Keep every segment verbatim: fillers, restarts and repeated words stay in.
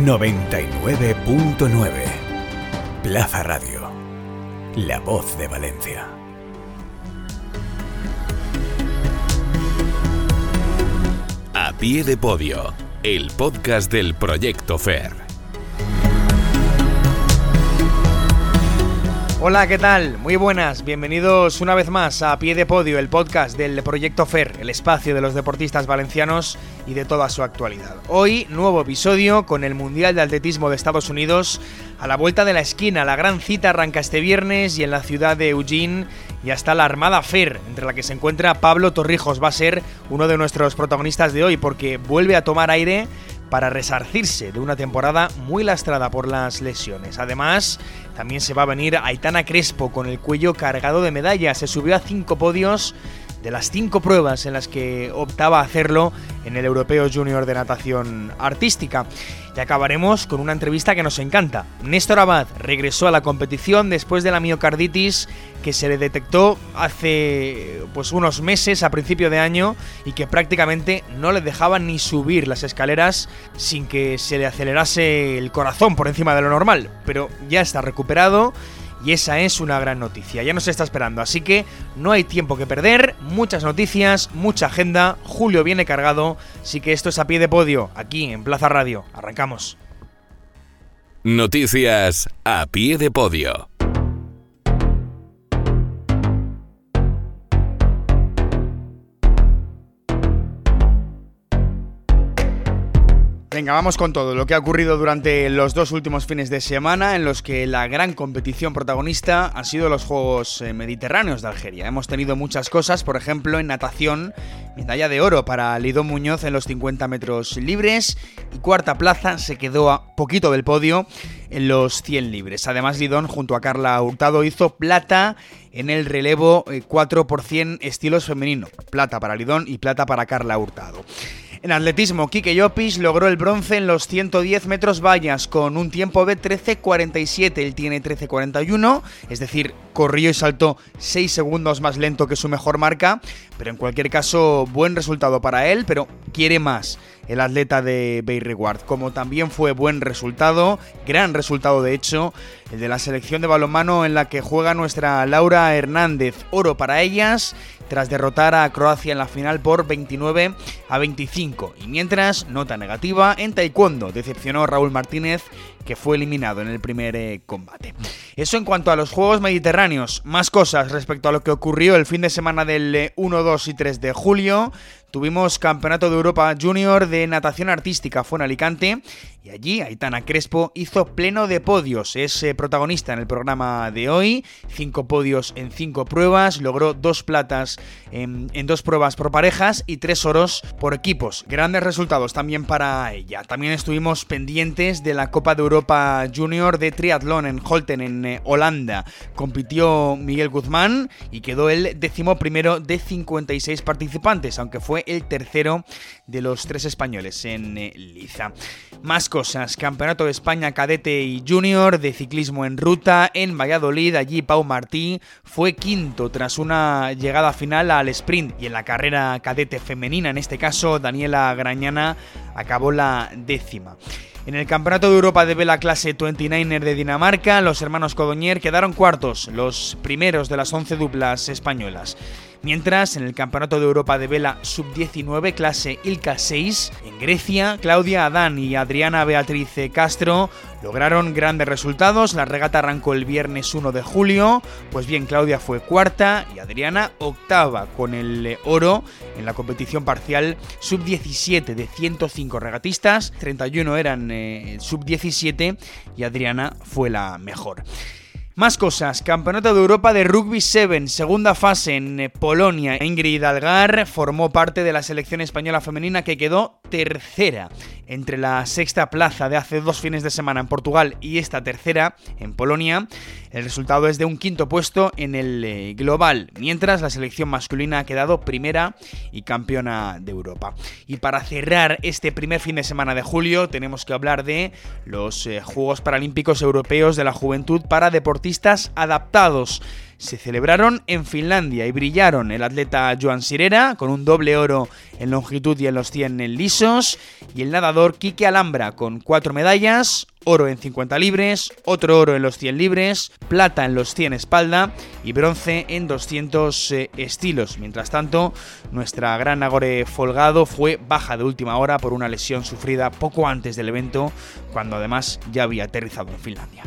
noventa y nueve punto nueve Plaza Radio, la voz de Valencia. A pie de podio, el podcast del Proyecto Fer. Hola, ¿qué tal? Muy buenas, bienvenidos una vez más a A Pie de Podio, el podcast del Proyecto Fer, el espacio de los deportistas valencianos y de toda su actualidad. Hoy, nuevo episodio con el Mundial de Atletismo de Estados Unidos a la vuelta de la esquina. La gran cita arranca este viernes y en la ciudad de Eugene ya está la Armada Fer, entre la que se encuentra Pablo Torrijos. Va a ser uno de nuestros protagonistas de hoy porque vuelve a tomar aire para resarcirse de una temporada muy lastrada por las lesiones. Además, también se va a venir Aitana Crespo con el cuello cargado de medallas. Se subió a cinco podios de las cinco pruebas en las que optaba a hacerlo en el Europeo Junior de Natación Artística. Y acabaremos con una entrevista que nos encanta. Néstor Abad regresó a la competición después de la miocarditis que se le detectó hace pues unos meses, a principio de año, y que prácticamente no le dejaba ni subir las escaleras sin que se le acelerase el corazón por encima de lo normal. Pero ya está recuperado y esa es una gran noticia. Ya nos está esperando, así que no hay tiempo que perder. Muchas noticias, mucha agenda. Julio viene cargado, así que esto es A Pie de Podio, aquí en Plaza Radio. Arrancamos. Noticias A Pie de Podio. Venga, vamos con todo lo que ha ocurrido durante los dos últimos fines de semana, en los que la gran competición protagonista han sido los Juegos Mediterráneos de Algeria. Hemos tenido muchas cosas, por ejemplo, en natación, medalla de oro para Lidón Muñoz en los cincuenta metros libres y cuarta plaza, se quedó a poquito del podio en los cien libres. Además, Lidón, junto a Carla Hurtado, hizo plata en el relevo cuatro por cien estilos femenino. Plata para Lidón y plata para Carla Hurtado. En atletismo, Quique Llopis logró el bronce en los ciento diez metros vallas con un tiempo de trece cuarenta y siete. Él tiene trece cuarenta y uno, es decir, corrió y saltó seis segundos más lento que su mejor marca, pero en cualquier caso, buen resultado para él, pero quiere más el atleta de Bayreuth, como también fue buen resultado, gran resultado de hecho, el de la selección de balonmano en la que juega nuestra Laura Hernández. Oro para ellas, tras derrotar a Croacia en la final por veintinueve a veinticinco. Y mientras, nota negativa, en taekwondo decepcionó Raúl Martínez, que fue eliminado en el primer eh, combate. Eso en cuanto a los Juegos Mediterráneos. Más cosas respecto a lo que ocurrió el fin de semana del eh, uno, dos y tres de julio. Tuvimos Campeonato de Europa Junior de Natación Artística, fue en Alicante, y allí Aitana Crespo hizo pleno de podios. Es eh, protagonista en el programa de hoy, cinco podios en cinco pruebas, logró dos platas en, en dos pruebas por parejas y tres oros por equipos. Grandes resultados también para ella. También estuvimos pendientes de la Copa de Europa Junior de triatlón en Holten, en eh, Holanda. Compitió Miguel Guzmán y quedó el décimo primero de cincuenta y seis participantes, aunque fue el tercero de los tres españoles en eh, liza. Más cosas, Campeonato de España Cadete y Junior de ciclismo en ruta en Valladolid. Allí Pau Martí fue quinto tras una llegada final al sprint, y en la carrera cadete femenina, en este caso Daniela Grañana, acabó la décima. En el Campeonato de Europa de Vela Clase veintinueve de Dinamarca, los hermanos Codoñer quedaron cuartos, los primeros de las once duplas españolas. Mientras, en el Campeonato de Europa de Vela sub diecinueve clase Ilka seis, en Grecia, Claudia Adán y Adriana Beatriz Castro lograron grandes resultados. La regata arrancó el viernes uno de julio, pues bien, Claudia fue cuarta y Adriana octava con el oro en la competición parcial sub diecisiete de ciento cinco regatistas, treinta y uno eran eh, sub diecisiete y Adriana fue la mejor. Más cosas, Campeonato de Europa de Rugby siete, segunda fase en Polonia. Ingrid Algar formó parte de la selección española femenina que quedó tercera entre la sexta plaza de hace dos fines de semana en Portugal y esta tercera en Polonia. El resultado es de un quinto puesto en el eh, global, mientras la selección masculina ha quedado primera y campeona de Europa. Y para cerrar este primer fin de semana de julio tenemos que hablar de los eh, Juegos Paralímpicos Europeos de la Juventud para deportistas deportistas adaptados. Se celebraron en Finlandia y brillaron el atleta Joan Sirera con un doble oro en longitud y en los cien lisos, y el nadador Quique Alhambra con cuatro medallas, oro en cincuenta libres, otro oro en los cien libres, plata en los cien espalda y bronce en doscientos eh, estilos. Mientras tanto, nuestra gran Nagore Folgado fue baja de última hora por una lesión sufrida poco antes del evento, cuando además ya había aterrizado en Finlandia.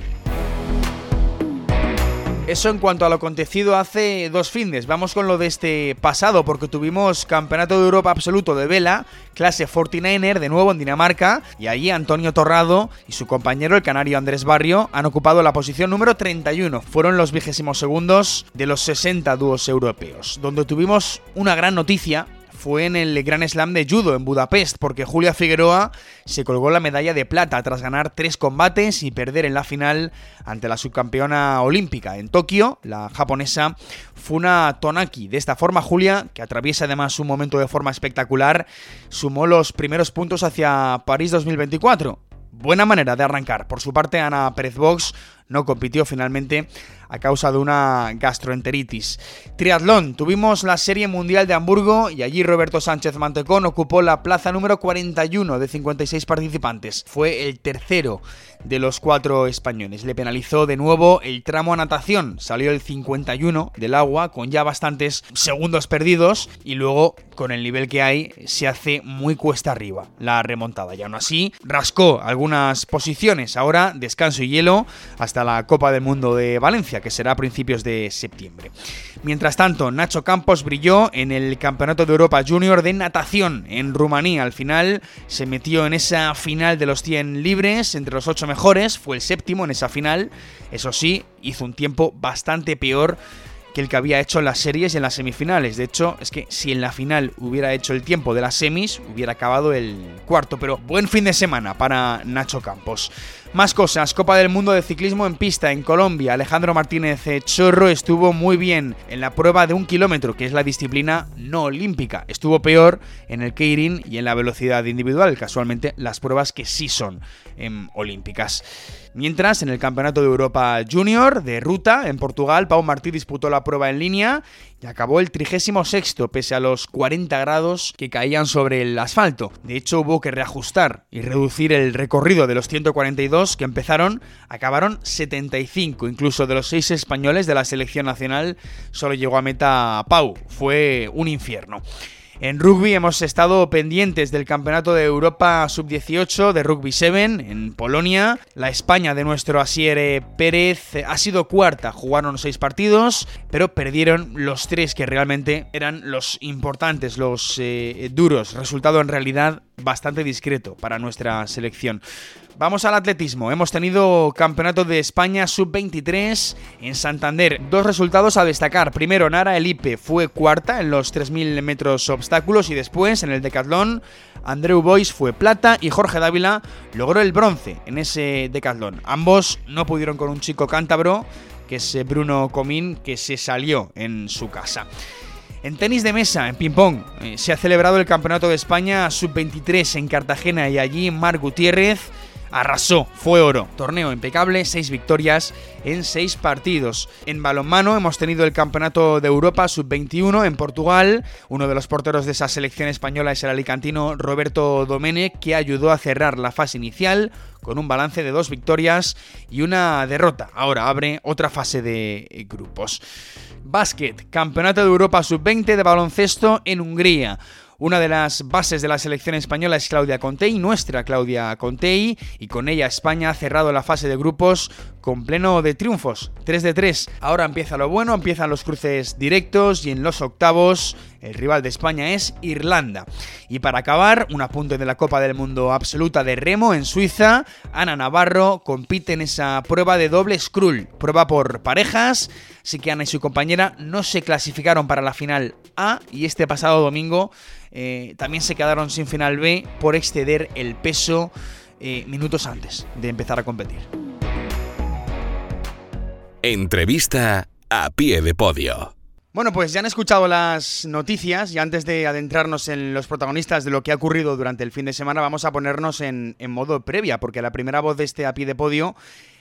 Eso en cuanto a lo acontecido hace dos findes. Vamos con lo de este pasado, porque tuvimos Campeonato de Europa Absoluto de Vela, clase cuarenta y nueve de nuevo en Dinamarca, y allí Antonio Torrado y su compañero, el canario Andrés Barrio, han ocupado la posición número treinta y uno. Fueron los vigésimos segundos de los sesenta dúos europeos. Donde tuvimos una gran noticia fue en el Grand Slam de Judo en Budapest, porque Julia Figueroa se colgó la medalla de plata tras ganar tres combates y perder en la final ante la subcampeona olímpica. En Tokio, la japonesa Funa Tonaki. De esta forma, Julia, que atraviesa además un momento de forma espectacular, sumó los primeros puntos hacia París dos mil veinticuatro. Buena manera de arrancar. Por su parte, Ana Pérez Box no compitió finalmente a causa de una gastroenteritis. Triatlón, tuvimos la Serie Mundial de Hamburgo y allí Roberto Sánchez Mantecón ocupó la plaza número cuarenta y uno de cincuenta y seis participantes. Fue el tercero de los cuatro españoles. Le penalizó de nuevo el tramo a natación. Salió el cincuenta y uno del agua con ya bastantes segundos perdidos y luego, con el nivel que hay, se hace muy cuesta arriba la remontada. Y aún así, rascó algunas posiciones. Ahora, descanso y hielo hasta la Copa del Mundo de Valencia, que será a principios de septiembre. Mientras tanto, Nacho Campos brilló en el Campeonato de Europa Junior de natación en Rumanía. Al final se metió en esa final de los cien libres entre los ocho mejores, fue el séptimo en esa final. Eso sí, hizo un tiempo bastante peor que el que había hecho en las series y en las semifinales. De hecho, es que si en la final hubiera hecho el tiempo de las semis, hubiera acabado el cuarto. Pero buen fin de semana para Nacho Campos. Más cosas, Copa del Mundo de Ciclismo en Pista en Colombia. Alejandro Martínez Chorro estuvo muy bien en la prueba de un kilómetro, que es la disciplina no olímpica. Estuvo peor en el keirin y en la velocidad individual, casualmente las pruebas que sí son eh, olímpicas. Mientras, en el Campeonato de Europa Junior de ruta en Portugal, Pau Martí disputó la prueba en línea y acabó el trigésimo sexto pese a los cuarenta grados que caían sobre el asfalto. De hecho, hubo que reajustar y reducir el recorrido de los ciento cuarenta y dos que empezaron, acabaron setenta y cinco. Incluso de los seis españoles de la selección nacional solo llegó a meta Pau. Fue un infierno. En rugby hemos estado pendientes del Campeonato de Europa sub dieciocho de Rugby siete en Polonia. La España de nuestro Asier Pérez ha sido cuarta, jugaron seis partidos, pero perdieron los tres que realmente eran los importantes, los eh, duros. Resultado en realidad bastante discreto para nuestra selección. Vamos al atletismo. Hemos tenido Campeonato de España sub veintitrés en Santander. Dos resultados a destacar. Primero, Nara Elipe fue cuarta en los tres mil metros obstáculos y después, en el decatlón, Andreu Boix fue plata y Jorge Dávila logró el bronce en ese decatlón. Ambos no pudieron con un chico cántabro, que es Bruno Comín, que se salió en su casa. En tenis de mesa, en ping-pong, eh, se ha celebrado el Campeonato de España sub veintitrés en Cartagena y allí Marc Gutiérrez arrasó, fue oro. Torneo impecable, seis victorias en seis partidos. En balonmano hemos tenido el Campeonato de Europa sub veintiuno en Portugal. Uno de los porteros de esa selección española es el alicantino Roberto Domenech, que ayudó a cerrar la fase inicial con un balance de dos victorias y una derrota. Ahora abre otra fase de grupos. Básquet, Campeonato de Europa sub veinte de baloncesto en Hungría. Una de las bases de la selección española es Claudia Contey, nuestra Claudia Contey, y con ella España ha cerrado la fase de grupos con pleno de triunfos, tres de tres. Ahora empieza lo bueno, empiezan los cruces directos y en los octavos el rival de España es Irlanda. Y para acabar, un apunte de la Copa del Mundo absoluta de remo en Suiza. Ana Navarro compite en esa prueba de doble scroll, prueba por parejas. Así que Ana y su compañera no se clasificaron para la final A y este pasado domingo eh, también se quedaron sin final B por exceder el peso eh, minutos antes de empezar a competir. Entrevista a pie de podio. Bueno, pues ya han escuchado las noticias y antes de adentrarnos en los protagonistas de lo que ha ocurrido durante el fin de semana, vamos a ponernos en, en modo previa, porque la primera voz de este a pie de podio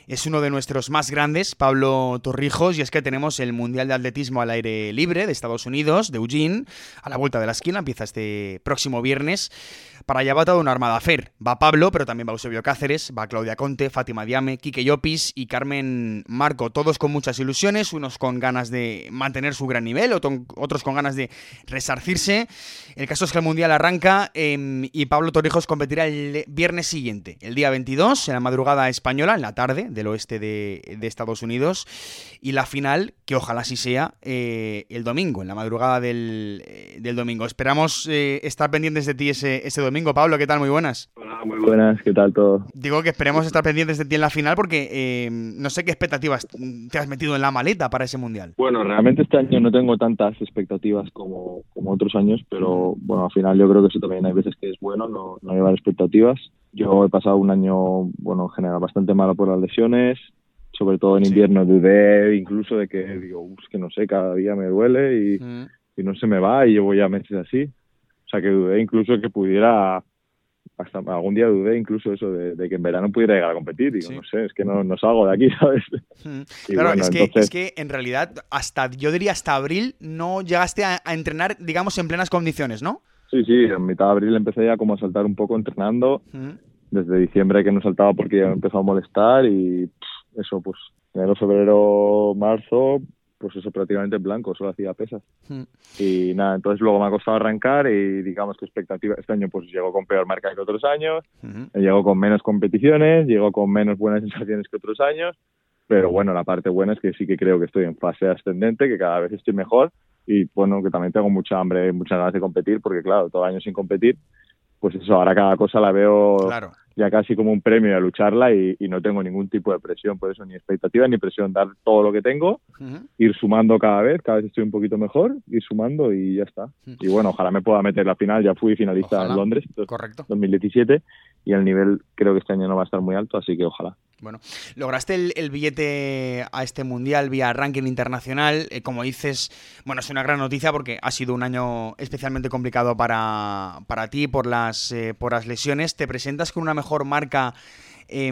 es uno de nuestros más grandes, Pablo Torrijos, y es que tenemos el Mundial de Atletismo al aire libre de Estados Unidos, de Eugene, a la vuelta de la esquina, empieza este próximo viernes. Para allá va toda una armada Fer. Va Pablo, pero también va Eusebio Cáceres, va Claudia Conte, Fátima Diame, Quique Llopis y Carmen Marco, todos con muchas ilusiones, unos con ganas de mantener su gran nivel, otros con ganas de resarcirse. El caso es que el Mundial arranca eh, y Pablo Torrijos competirá el viernes siguiente, el día veintidós, en la madrugada española, en la tarde, del oeste de, de Estados Unidos, y la final, que ojalá así sea, eh, el domingo, en la madrugada del, eh, del domingo. Esperamos eh, estar pendientes de ti ese, ese domingo. Pablo, ¿qué tal? Muy buenas. Hola, muy buenas, ¿qué tal todo? Digo que esperemos estar pendientes de ti en la final porque eh, no sé qué expectativas te has metido en la maleta para ese Mundial. Bueno, realmente este año no tengo tantas expectativas como, como otros años, pero bueno, al final yo creo que eso también hay veces que es bueno, no, no llevar expectativas. Yo he pasado un año, bueno, en general bastante malo por las lesiones, sobre todo en invierno. Sí. Dudé incluso de que, digo, es que no sé, cada día me duele y, mm. y no se me va y llevo ya meses así. O sea que dudé incluso que pudiera, hasta algún día dudé incluso eso de, de que en verano pudiera llegar a competir. Digo, sí. no sé, es que no, no salgo de aquí, ¿sabes? Mm. Claro, bueno, es, que, entonces... es que en realidad hasta, yo diría hasta abril no llegaste a, a entrenar, digamos, en plenas condiciones, ¿no? Sí, sí, en mitad de abril empecé ya como a saltar un poco entrenando. Mm. Desde diciembre que no saltaba porque ya me empezó a molestar y pff, eso pues enero, febrero, marzo, pues eso prácticamente en blanco, solo hacía pesas. Mm. Y nada, entonces luego me ha costado arrancar y digamos que expectativa, este año pues llegó con peor marca que otros años, mm-hmm. llegó con menos competiciones, llegó con menos buenas sensaciones que otros años, pero bueno, la parte buena es que sí que creo que estoy en fase ascendente, que cada vez estoy mejor y bueno, que también tengo mucha hambre, muchas ganas de competir porque claro, todo año sin competir, pues eso, ahora cada cosa la veo claro. ya casi como un premio a lucharla y, y no tengo ningún tipo de presión, por eso ni expectativa ni presión, dar todo lo que tengo, uh-huh. ir sumando cada vez, cada vez estoy un poquito mejor, ir sumando y ya está. Uh-huh. Y bueno, ojalá me pueda meter la final, ya fui finalista ojalá. en Londres, entonces, correcto. dos mil diecisiete, y el nivel creo que este año no va a estar muy alto, así que ojalá. Bueno, lograste el, el billete a este mundial vía ranking internacional, eh, como dices, bueno, es una gran noticia porque ha sido un año especialmente complicado para, para ti por las, eh, por las lesiones. Te presentas con una mejor marca eh,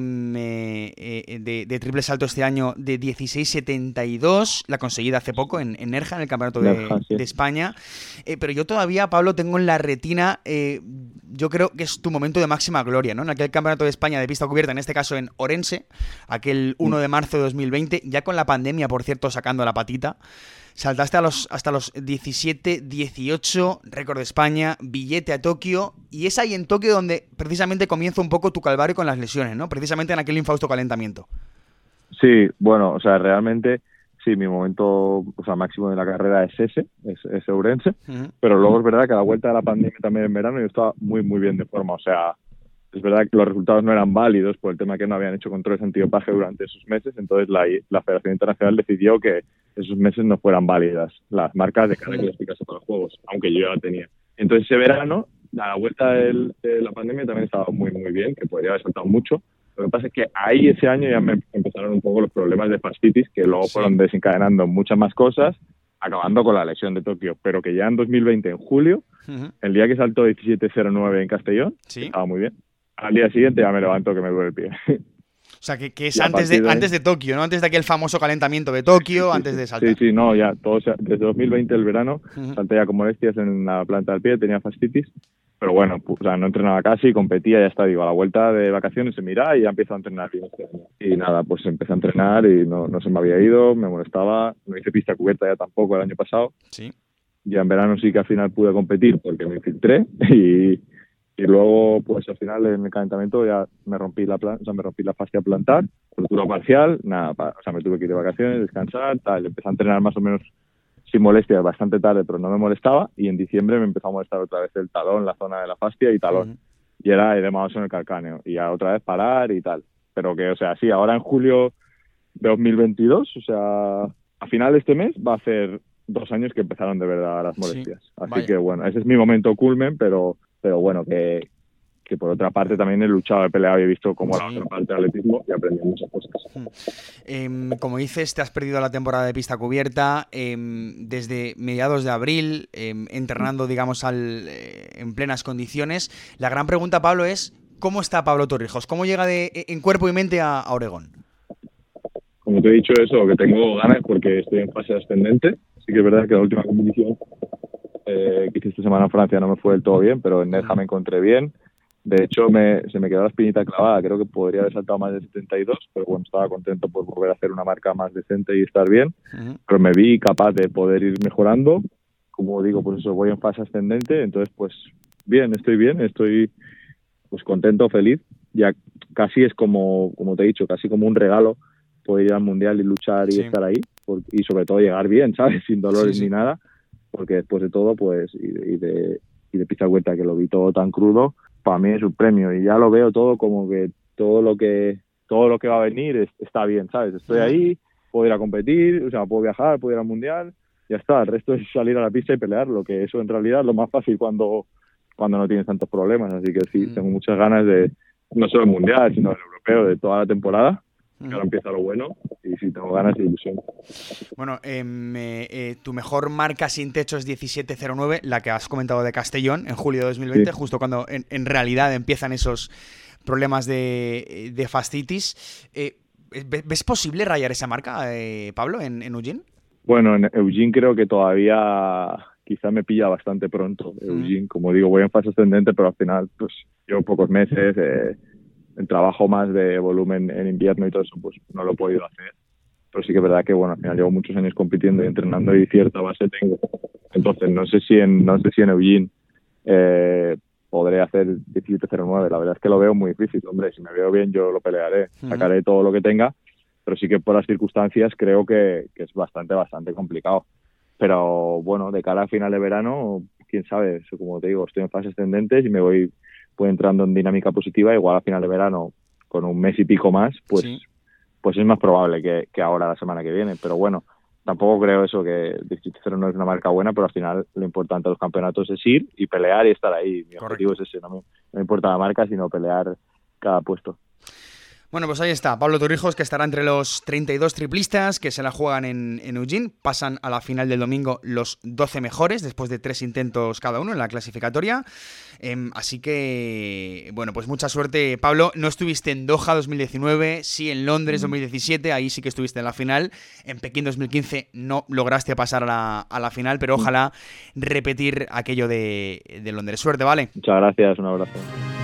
eh, de, de triple salto este año de dieciséis setenta y dos, la conseguida hace poco en, en Nerja, en el Campeonato de, Nerja, sí. de España, eh, pero yo todavía, Pablo, tengo en la retina, eh, yo creo que es tu momento de máxima gloria, ¿no? En aquel Campeonato de España de pista cubierta, en este caso en Orense, aquel uno de marzo de dos mil veinte, ya con la pandemia, por cierto, sacando la patita. Saltaste a los, hasta los diecisiete dieciocho, récord de España, billete a Tokio, y es ahí en Tokio donde precisamente comienza un poco tu calvario con las lesiones, ¿no? Precisamente en aquel infausto calentamiento. Sí, bueno, o sea, realmente, sí, mi momento o sea, máximo de la carrera es ese, es, es Ourense, uh-huh. pero luego es verdad que a la vuelta de la pandemia también en verano yo estaba muy, muy bien de forma, o sea... Es verdad que los resultados no eran válidos por el tema que no habían hecho controles antidopaje durante esos meses, entonces la, la Federación Internacional decidió que esos meses no fueran válidas las marcas de cara que clasificase para los Juegos, aunque yo ya la tenía. Entonces ese verano, a la vuelta del, de la pandemia también estaba muy muy bien, que podría haber saltado mucho. Lo que pasa es que ahí ese año ya me empezaron un poco los problemas de fascitis, que luego sí. fueron desencadenando muchas más cosas, acabando con la lesión de Tokio, pero que ya en dos mil veinte, en julio, uh-huh. el día que saltó diecisiete cero nueve en Castellón, ¿sí? estaba muy bien. Al día siguiente ya me levanto que me duele el pie. O sea, que, que es antes de, de antes de Tokio, ¿no? Antes de aquel famoso calentamiento de Tokio, sí, antes sí, de saltar. Sí, sí, no, ya, todo, desde dos mil veinte, el verano, uh-huh. salté ya con molestias en la planta del pie, tenía fascitis, pero bueno, pues, o sea, no entrenaba casi, competía, ya está, digo, a la vuelta de vacaciones se mira y ya empiezo a entrenar bien. Y nada, pues empecé a entrenar y no, no se me había ido, me molestaba, no hice pista cubierta ya tampoco el año pasado. Sí. Ya en verano sí que al final pude competir porque me infiltré y... Y luego, pues al final en el calentamiento ya me rompí la plan- o sea, me rompí la fascia plantar, ruptura parcial, nada, pa- o sea, me tuve que ir de vacaciones, descansar, tal, empecé a entrenar más o menos sin molestias bastante tarde, pero no me molestaba, y en diciembre me empezó a molestar otra vez el talón, la zona de la fascia y talón, uh-huh. y era edema óseo en el calcáneo, y ya otra vez parar y tal, pero que, o sea, sí, ahora en julio de dos mil veintidós, o sea, a final de este mes va a hacer dos años que empezaron de verdad las molestias, sí, así vaya. Que bueno, ese es mi momento culmen, pero pero bueno, que, que por otra parte también he luchado, he peleado y he visto cómo sí. la otra parte del atletismo y he aprendido muchas cosas. Eh, como dices, te has perdido la temporada de pista cubierta eh, desde mediados de abril, eh, entrenando, digamos, al, eh, en plenas condiciones. La gran pregunta, Pablo, es ¿cómo está Pablo Torrijos? ¿Cómo llega de, en cuerpo y mente a, a Oregón? como te he dicho eso, que tengo ganas porque estoy en fase ascendente. Sí que es verdad que la última competición eh, que hice esta semana en Francia no me fue del todo bien, pero en Nerja me encontré bien. De hecho, me, se me quedó la espinita clavada. Creo que podría haber saltado más de setenta y dos, pero bueno, estaba contento por volver a hacer una marca más decente y estar bien. Uh-huh. Pero me vi capaz de poder ir mejorando. Como digo, pues eso, voy en fase ascendente. Entonces, pues bien, estoy bien, estoy pues contento, feliz. Ya casi es como, como te he dicho, casi como un regalo poder ir al Mundial y luchar y sí. estar ahí. Por, y sobre todo llegar bien, ¿sabes? Sin dolores sí, sí. ni nada. Porque después de todo, pues, y, y de, y de Pizagüeta, que lo vi todo tan crudo, para mí es un premio y ya lo veo todo como que todo lo que todo lo que va a venir es, está bien, ¿sabes? Estoy ahí, puedo ir a competir, o sea, puedo viajar, puedo ir al Mundial, ya está. El resto es salir a la pista y pelear, lo que eso en realidad es lo más fácil cuando, cuando no tienes tantos problemas. Así que sí, tengo muchas ganas de, no solo el Mundial, sino el Europeo, de toda la temporada. Que ahora empieza lo bueno y sí, tengo ganas y ilusión. Bueno, eh, eh, tu mejor marca sin techo es diecisiete cero nueve, la que has comentado de Castellón en julio de dos mil veinte, sí. justo cuando en, en realidad empiezan esos problemas de, de fascitis. Eh, ¿Ves posible rayar esa marca, eh, Pablo, en, en Eugene? Bueno, en Eugene creo que todavía quizá me pilla bastante pronto. Eugene, mm. como digo, voy en fase ascendente, pero al final pues llevo pocos meses. Eh, el trabajo más de volumen en invierno y todo eso, pues no lo he podido hacer. Pero sí que es verdad que, bueno, al final llevo muchos años compitiendo y entrenando y cierta base tengo. Entonces, no sé si en, no sé si en Eugene eh, podré hacer diecisiete cero nueve. La verdad es que lo veo muy difícil. Hombre, si me veo bien, yo lo pelearé. Sacaré uh-huh. todo lo que tenga. Pero sí que por las circunstancias creo que, que es bastante, bastante complicado. Pero, bueno, de cara a final de verano, quién sabe. Eso, como te digo, estoy en fase ascendente y me voy... Pues entrando en dinámica positiva, igual a final de verano, con un mes y pico más, pues sí. pues es más probable que, que ahora la semana que viene. Pero bueno, tampoco creo eso, que diecisiete cero no es una marca buena, pero al final lo importante de los campeonatos es ir y pelear y estar ahí. Mi Correcto. objetivo es ese, no me, no me importa la marca, sino pelear cada puesto. Bueno, pues ahí está, Pablo Torrijos, que estará entre los treinta y dos triplistas que se la juegan en, en Eugene. Pasan a la final del domingo los doce mejores, después de tres intentos cada uno en la clasificatoria. Eh, así que, bueno, pues mucha suerte, Pablo. No estuviste en Doha dos mil diecinueve, sí en Londres dos mil diecisiete, ahí sí que estuviste en la final. En Pekín dos mil quince no lograste pasar a la, a la final, pero ojalá repetir aquello de, de Londres. Suerte, ¿vale? Muchas gracias, un abrazo.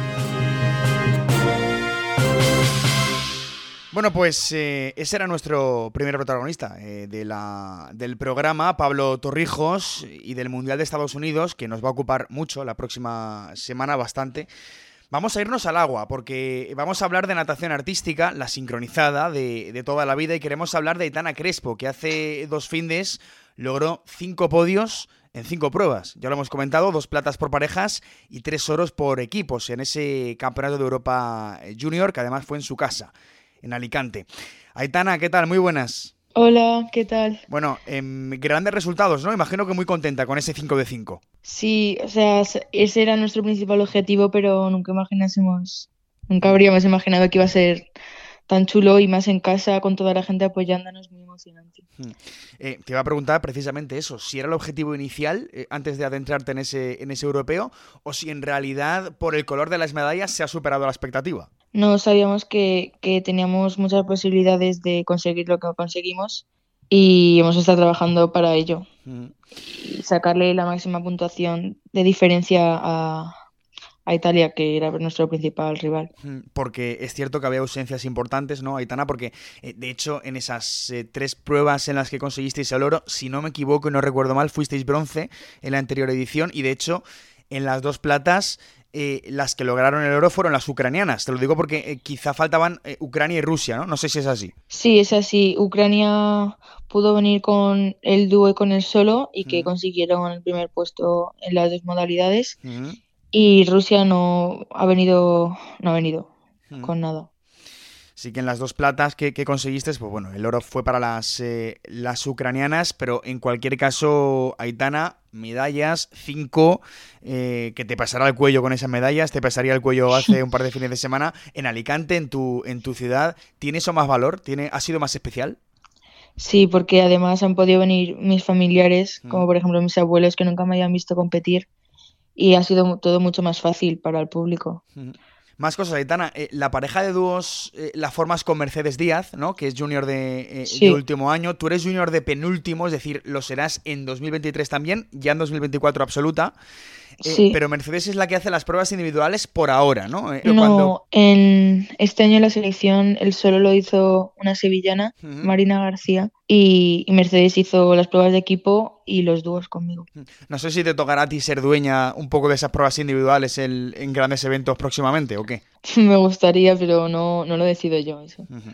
Bueno, pues eh, ese era nuestro primer protagonista eh, de la, del programa, Pablo Torrijos, y del Mundial de Estados Unidos, que nos va a ocupar mucho la próxima semana, bastante. Vamos a irnos al agua, porque vamos a hablar de natación artística, la sincronizada de, de toda la vida, y queremos hablar de Aitana Crespo, que hace dos findes logró cinco podios en cinco pruebas. Ya lo hemos comentado, dos platas por parejas y tres oros por equipos en ese Campeonato de Europa Junior, que además fue en su casa, en Alicante. Aitana, ¿qué tal? Muy buenas. Hola, ¿qué tal? Bueno, eh, grandes resultados, ¿no? Imagino que muy contenta con ese cinco de cinco. Sí, o sea, ese era nuestro principal objetivo, pero nunca imaginásemos, nunca habríamos imaginado que iba a ser tan chulo y más en casa con toda la gente apoyándonos, muy emocionante. Eh, te iba a preguntar precisamente eso, si era el objetivo inicial eh, antes de adentrarte en ese, en ese europeo, o si en realidad por el color de las medallas se ha superado la expectativa. No, sabíamos que, que teníamos muchas posibilidades de conseguir lo que conseguimos y hemos estado trabajando para ello. Mm. Y sacarle la máxima puntuación de diferencia a, a Italia, que era nuestro principal rival. Porque es cierto que había ausencias importantes, ¿no, Aitana? Porque, eh, de hecho, en esas eh, tres pruebas en las que conseguisteis el oro, si no me equivoco y no recuerdo mal, fuisteis bronce en la anterior edición y, de hecho, en las dos platas... Eh, las que lograron el oro fueron las ucranianas. Te lo digo porque eh, quizá faltaban eh, Ucrania y Rusia, ¿no? No sé si es así. Sí, es así. Ucrania pudo venir con el dúo y con el solo y que uh-huh. consiguieron el primer puesto en las dos modalidades. Uh-huh. Y Rusia no ha venido, no ha venido uh-huh. con nada. Sí que en las dos platas que, que conseguiste, pues bueno, el oro fue para las, eh, las ucranianas, pero en cualquier caso, Aitana, medallas, cinco, eh, que te pasará el cuello con esas medallas, te pasaría el cuello hace un par de fines de semana, en Alicante, en tu, en tu ciudad. ¿Tiene eso más valor? ¿Tiene, ¿Ha sido más especial? Sí, porque además han podido venir mis familiares, mm. como por ejemplo mis abuelos, que nunca me habían visto competir, y ha sido todo mucho más fácil para el público. Mm. Más cosas, Aitana. Eh, la pareja de dúos eh, la formas con Mercedes Díaz, ¿no? Que es junior de, eh, Sí. de último año. Tú eres junior de penúltimo, es decir, lo serás en dos mil veintitrés también, ya en dos mil veinticuatro absoluta. Eh, Sí. Pero Mercedes es la que hace las pruebas individuales por ahora, ¿no? Eh, No, cuando... en este año en la selección él solo lo hizo una sevillana, Ujú. Marina García, y, y Mercedes hizo las pruebas de equipo y los dúos conmigo. No sé si te tocará a ti ser dueña un poco de esas pruebas individuales en, en grandes eventos próximamente, ¿o qué? Me gustaría, pero no, no lo decido yo eso. Ujú.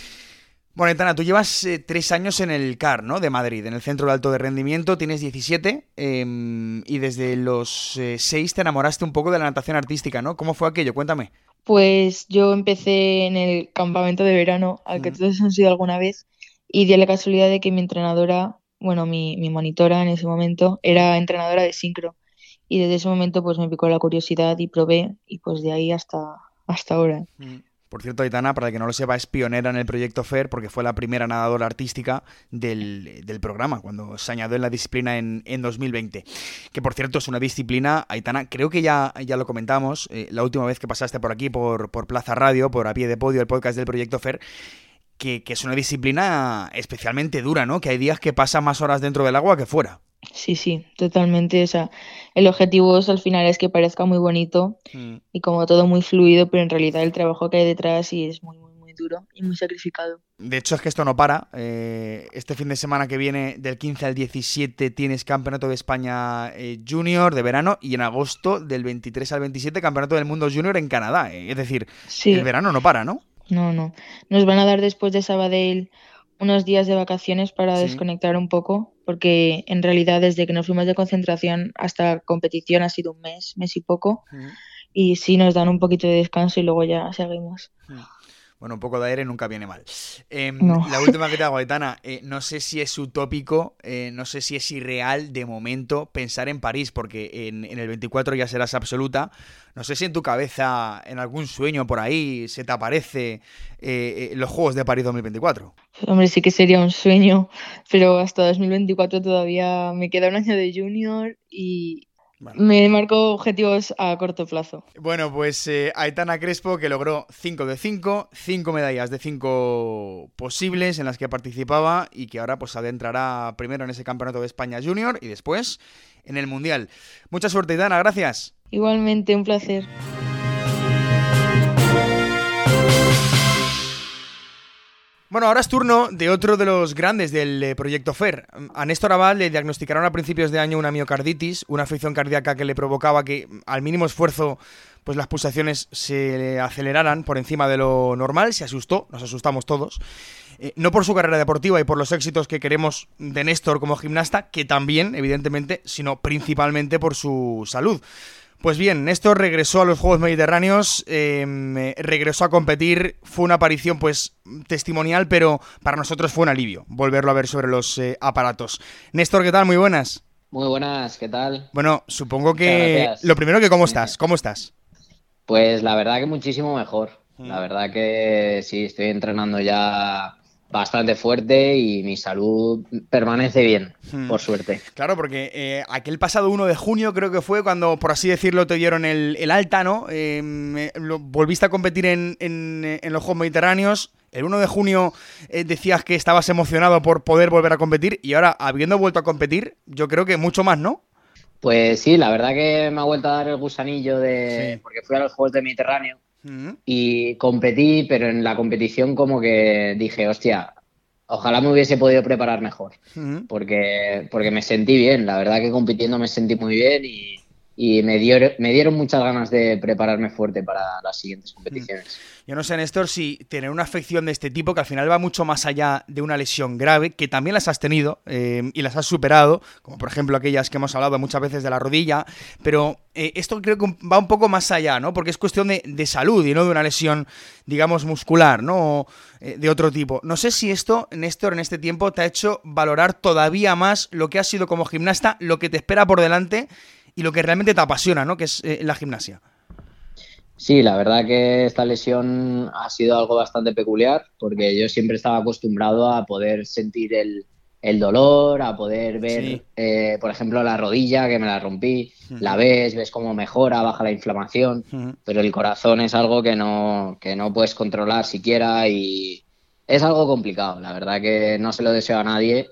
Bueno, Aitana, tú llevas eh, tres años en el C A R, ¿no? De Madrid, en el Centro de Alto de Rendimiento, tienes diecisiete eh, y desde los eh, seis te enamoraste un poco de la natación artística, ¿no? ¿Cómo fue aquello? Cuéntame. Pues yo empecé en el campamento de verano, al que Ujú. todos han sido alguna vez, y di la casualidad de que mi entrenadora, bueno, mi, mi monitora en ese momento, era entrenadora de sincro. Y desde ese momento pues me picó la curiosidad y probé, y pues de ahí hasta, hasta ahora. Por cierto, Aitana, para el que no lo sepa, es pionera en el proyecto F E R porque fue la primera nadadora artística del, del programa, cuando se añadió en la disciplina en, en dos mil veinte. Que, por cierto, es una disciplina, Aitana, creo que ya, ya lo comentamos, eh, la última vez que pasaste por aquí, por, por Plaza Radio, por A Pie de Podio, el podcast del proyecto F E R, que, que es una disciplina especialmente dura, ¿no? Que hay días que pasa más horas dentro del agua que fuera. Sí, sí, totalmente. O sea, el objetivo es, al final es que parezca muy bonito Mm. y como todo muy fluido, pero en realidad el trabajo que hay detrás sí es muy, muy, muy duro y muy sacrificado. De hecho, es que esto no para. Eh, este fin de semana que viene, del quince al diecisiete, tienes Campeonato de España eh, Junior de verano y en agosto, del veintitrés al veintisiete, Campeonato del Mundo Junior en Canadá. Eh, es decir, Sí, el verano no para, ¿no? no, no. Nos van a dar después de Sabadell unos días de vacaciones para Sí. desconectar un poco, porque en realidad desde que nos fuimos de concentración hasta competición ha sido un mes, mes y poco, Mm. y sí nos dan un poquito de descanso y luego ya seguimos. Bueno, un poco de aire nunca viene mal. Eh, No. La última que te hago, Aitana, eh, no sé si es utópico, eh, no sé si es irreal de momento pensar en París, porque en, en el veinticuatro ya serás absoluta. No sé si en tu cabeza, en algún sueño por ahí, se te aparece eh, eh, los Juegos de París dos mil veinticuatro. Hombre, sí que sería un sueño, pero hasta dos mil veinticuatro todavía me queda un año de junior y Bueno. me marco objetivos a corto plazo. Bueno, pues eh, Aitana Crespo, que logró cinco de cinco, cinco medallas de cinco posibles en las que participaba y que ahora pues adentrará primero en ese Campeonato de España Junior y después en el Mundial. Mucha suerte, Aitana, gracias. Igualmente, un placer. Bueno, ahora es turno de otro de los grandes del eh, proyecto F E R. A Néstor Abad le diagnosticaron a principios de año una miocarditis, una afección cardíaca que le provocaba que al mínimo esfuerzo pues las pulsaciones se le aceleraran por encima de lo normal. Se asustó, nos asustamos todos. Eh, no por su carrera deportiva y por los éxitos que queremos de Néstor como gimnasta, que también, evidentemente, sino principalmente por su salud. Pues bien, Néstor regresó a los Juegos Mediterráneos, eh, regresó a competir, fue una aparición pues testimonial, pero para nosotros fue un alivio volverlo a ver sobre los eh, aparatos. Néstor, ¿qué tal? Muy buenas. Muy buenas, ¿qué tal? Bueno, supongo Muchas que gracias. lo primero que ¿cómo estás? ¿Cómo estás? Pues la verdad que muchísimo mejor. La verdad que sí, estoy entrenando ya bastante fuerte y mi salud permanece bien, Hmm. por suerte. Claro, porque eh, aquel pasado uno de junio creo que fue cuando, por así decirlo, te dieron el, el alta, ¿no? Eh, lo- volviste a competir en, en, eh, en los Juegos Mediterráneos. El uno de junio eh, decías que estabas emocionado por poder volver a competir y ahora, habiendo vuelto a competir, yo creo que mucho más, ¿no? Pues sí, la verdad que me ha vuelto a dar el gusanillo de... Sí. porque fui a los Juegos del Mediterráneo Mm. y competí, pero en la competición como que dije, hostia, ojalá me hubiese podido preparar mejor. Mm. porque, porque me sentí bien, la verdad que compitiendo me sentí muy bien y, y me, dio, me dieron muchas ganas de prepararme fuerte para las siguientes competiciones. Yo no sé, Néstor, si tener una afección de este tipo, que al final va mucho más allá de una lesión grave, que también las has tenido eh, y las has superado, como por ejemplo aquellas que hemos hablado muchas veces de la rodilla, pero eh, esto creo que va un poco más allá, ¿no? Porque es cuestión de, de salud y no de una lesión, digamos, muscular, ¿no? O, eh, de otro tipo. No sé si esto, Néstor, en este tiempo te ha hecho valorar todavía más lo que has sido como gimnasta, lo que te espera por delante y lo que realmente te apasiona, ¿no? Que es eh, la gimnasia. Sí, la verdad que esta lesión ha sido algo bastante peculiar porque yo siempre estaba acostumbrado a poder sentir el, el dolor, a poder ver, Sí. eh, por ejemplo, la rodilla, que me la rompí, Ujú. la ves, ves cómo mejora, baja la inflamación, Ujú. pero el corazón es algo que no, que no puedes controlar siquiera y es algo complicado. La verdad que no se lo deseo a nadie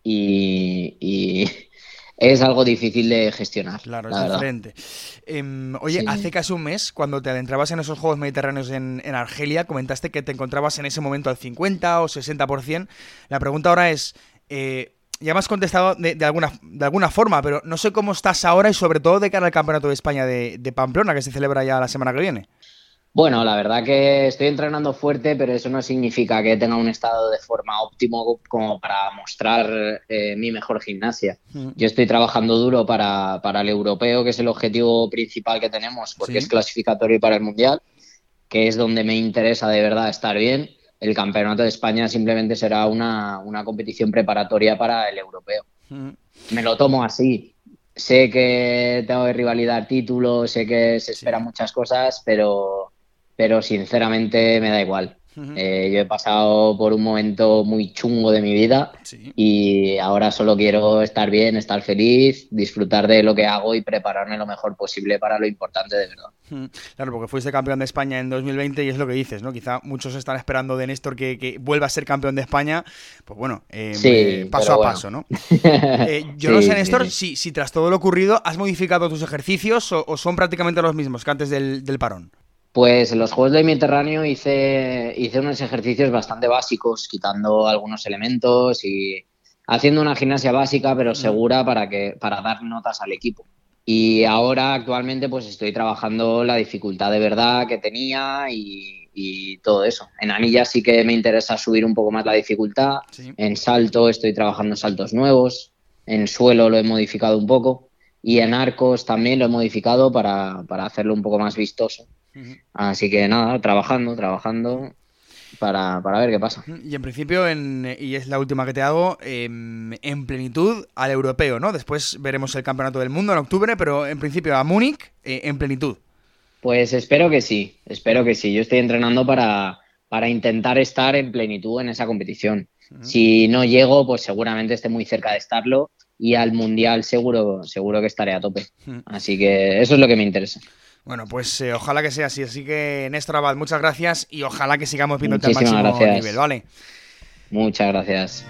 y, y es algo difícil de gestionar, Claro, la es verdad. diferente. Em, oye, Sí. hace casi un mes, cuando te adentrabas en esos Juegos Mediterráneos en, en Argelia, comentaste que te encontrabas en ese momento al cincuenta o sesenta por ciento. La pregunta ahora es, eh, ya me has contestado de, de alguna, de alguna forma, pero no sé cómo estás ahora y sobre todo de cara al Campeonato de España de, de Pamplona, que se celebra ya la semana que viene. Bueno, la verdad que estoy entrenando fuerte, pero eso no significa que tenga un estado de forma óptimo como para mostrar eh, mi mejor gimnasia. Mm. Yo estoy trabajando duro para, para el europeo, que es el objetivo principal que tenemos, porque Sí. es clasificatorio para el mundial, que es donde me interesa de verdad estar bien. El campeonato de España simplemente será una, una competición preparatoria para el europeo. Mm. Me lo tomo así. Sé que tengo que rivalidar títulos, sé que se esperan Sí. muchas cosas, pero, pero sinceramente me da igual. Ujú. Eh, yo he pasado por un momento muy chungo de mi vida Sí. y ahora solo quiero estar bien, estar feliz, disfrutar de lo que hago y prepararme lo mejor posible para lo importante de verdad. Mm, Claro, porque fuiste campeón de España en dos mil veinte y es lo que dices, ¿no? Quizá muchos están esperando de Néstor que, que vuelva a ser campeón de España. Pues bueno, eh, Sí, eh, paso pero a bueno. paso, ¿no? Eh, yo no Sí, sé, sí, Néstor, sí. si, si tras todo lo ocurrido has modificado tus ejercicios o, o son prácticamente los mismos que antes del, del parón. Pues en los Juegos del Mediterráneo hice, hice unos ejercicios bastante básicos, quitando algunos elementos y haciendo una gimnasia básica, pero segura para que, para dar notas al equipo. Y ahora actualmente pues estoy trabajando la dificultad de verdad que tenía y, y todo eso. En anillas sí que me interesa subir un poco más la dificultad. Sí. En salto estoy trabajando saltos nuevos. En suelo lo he modificado un poco. Y en arcos también lo he modificado para, para hacerlo un poco más vistoso. Ujú. Así que nada, trabajando, trabajando para, para ver qué pasa. Y en principio, en, y es la última que te hago, em, en plenitud al europeo, ¿no? Después veremos el Campeonato del Mundo en octubre, pero en principio a Múnich eh, en plenitud. Pues espero que sí, espero que sí. Yo estoy entrenando para, para intentar estar en plenitud en esa competición. Si no llego, pues seguramente esté muy cerca de estarlo y al Mundial seguro, seguro que estaré a tope. Así que eso es lo que me interesa. Bueno, pues eh, ojalá que sea así. Así que, Néstor Abad, muchas gracias y ojalá que sigamos viéndote al Muchísimas máximo gracias. nivel, ¿vale? Muchas gracias.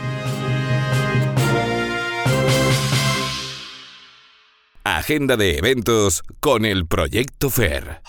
Agenda de eventos con el Proyecto Fer.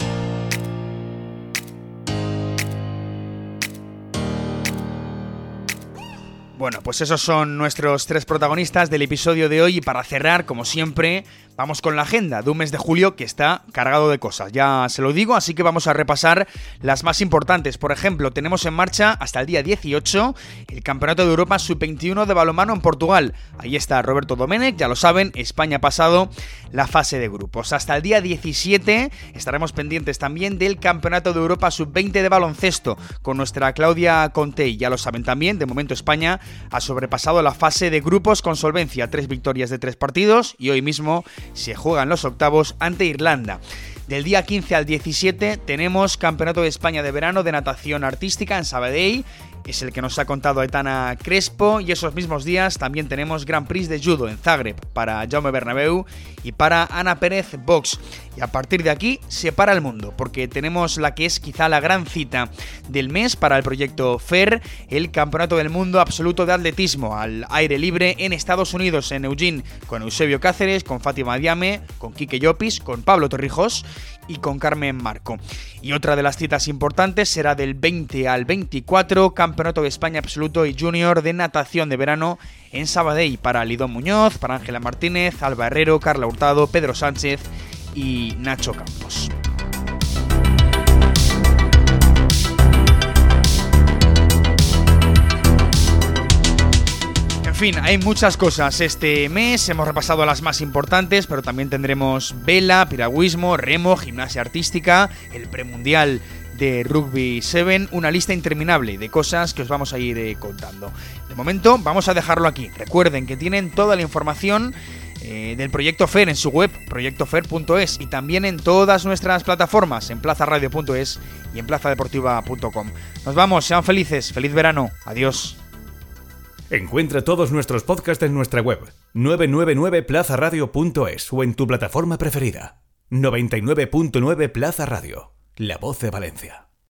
Bueno, pues esos son nuestros tres protagonistas del episodio de hoy y para cerrar, como siempre, vamos con la agenda de un mes de julio que está cargado de cosas. Ya se lo digo, así que vamos a repasar las más importantes. Por ejemplo, tenemos en marcha hasta el día dieciocho el Campeonato de Europa sub veintiuno de balonmano en Portugal. Ahí está Roberto Domenech, ya lo saben, España ha pasado la fase de grupos. Hasta el día diecisiete estaremos pendientes también del Campeonato de Europa sub veinte de baloncesto con nuestra Claudia Contey. Ya lo saben también, de momento España ha sobrepasado la fase de grupos con solvencia, tres victorias de tres partidos y hoy mismo se juegan los octavos ante Irlanda. Del día quince al diecisiete tenemos Campeonato de España de Verano de Natación Artística en Sabadell, es el que nos ha contado Aitana Crespo, y esos mismos días también tenemos Grand Prix de Judo en Zagreb para Jaume Bernabéu y para Ana Pérez Box. Y a partir de aquí se para el mundo, porque tenemos la que es quizá la gran cita del mes para el proyecto Fer, el Campeonato del Mundo Absoluto de Atletismo al aire libre en Estados Unidos, en Eugene, con Eusebio Cáceres, con Fátima Diame, con Quique Llopis, con Pablo Torrijos y con Carmen Marco. Y otra de las citas importantes será del veinte al veinticuatro, Campeonato de España Absoluto y Junior de Natación de Verano en Sabadell para Lidón Muñoz, para Ángela Martínez, Alba Herrero, Carla Hurtado, Pedro Sánchez y Nacho Campos. En fin, hay muchas cosas este mes, hemos repasado las más importantes, pero también tendremos vela, piragüismo, remo, gimnasia artística, el premundial de Rugby siete, una lista interminable de cosas que os vamos a ir eh, contando. De momento vamos a dejarlo aquí. Recuerden que tienen toda la información eh, del Proyecto Fer en su web, proyecto fer punto es, y también en todas nuestras plataformas, en plaza radio punto es y en plaza deportiva punto com. Nos vamos, sean felices, feliz verano, adiós. Encuentra todos nuestros podcasts en nuestra web nueve nueve nueve plaza radio punto es o en tu plataforma preferida. noventa y nueve punto nueve Plaza Radio, la voz de Valencia.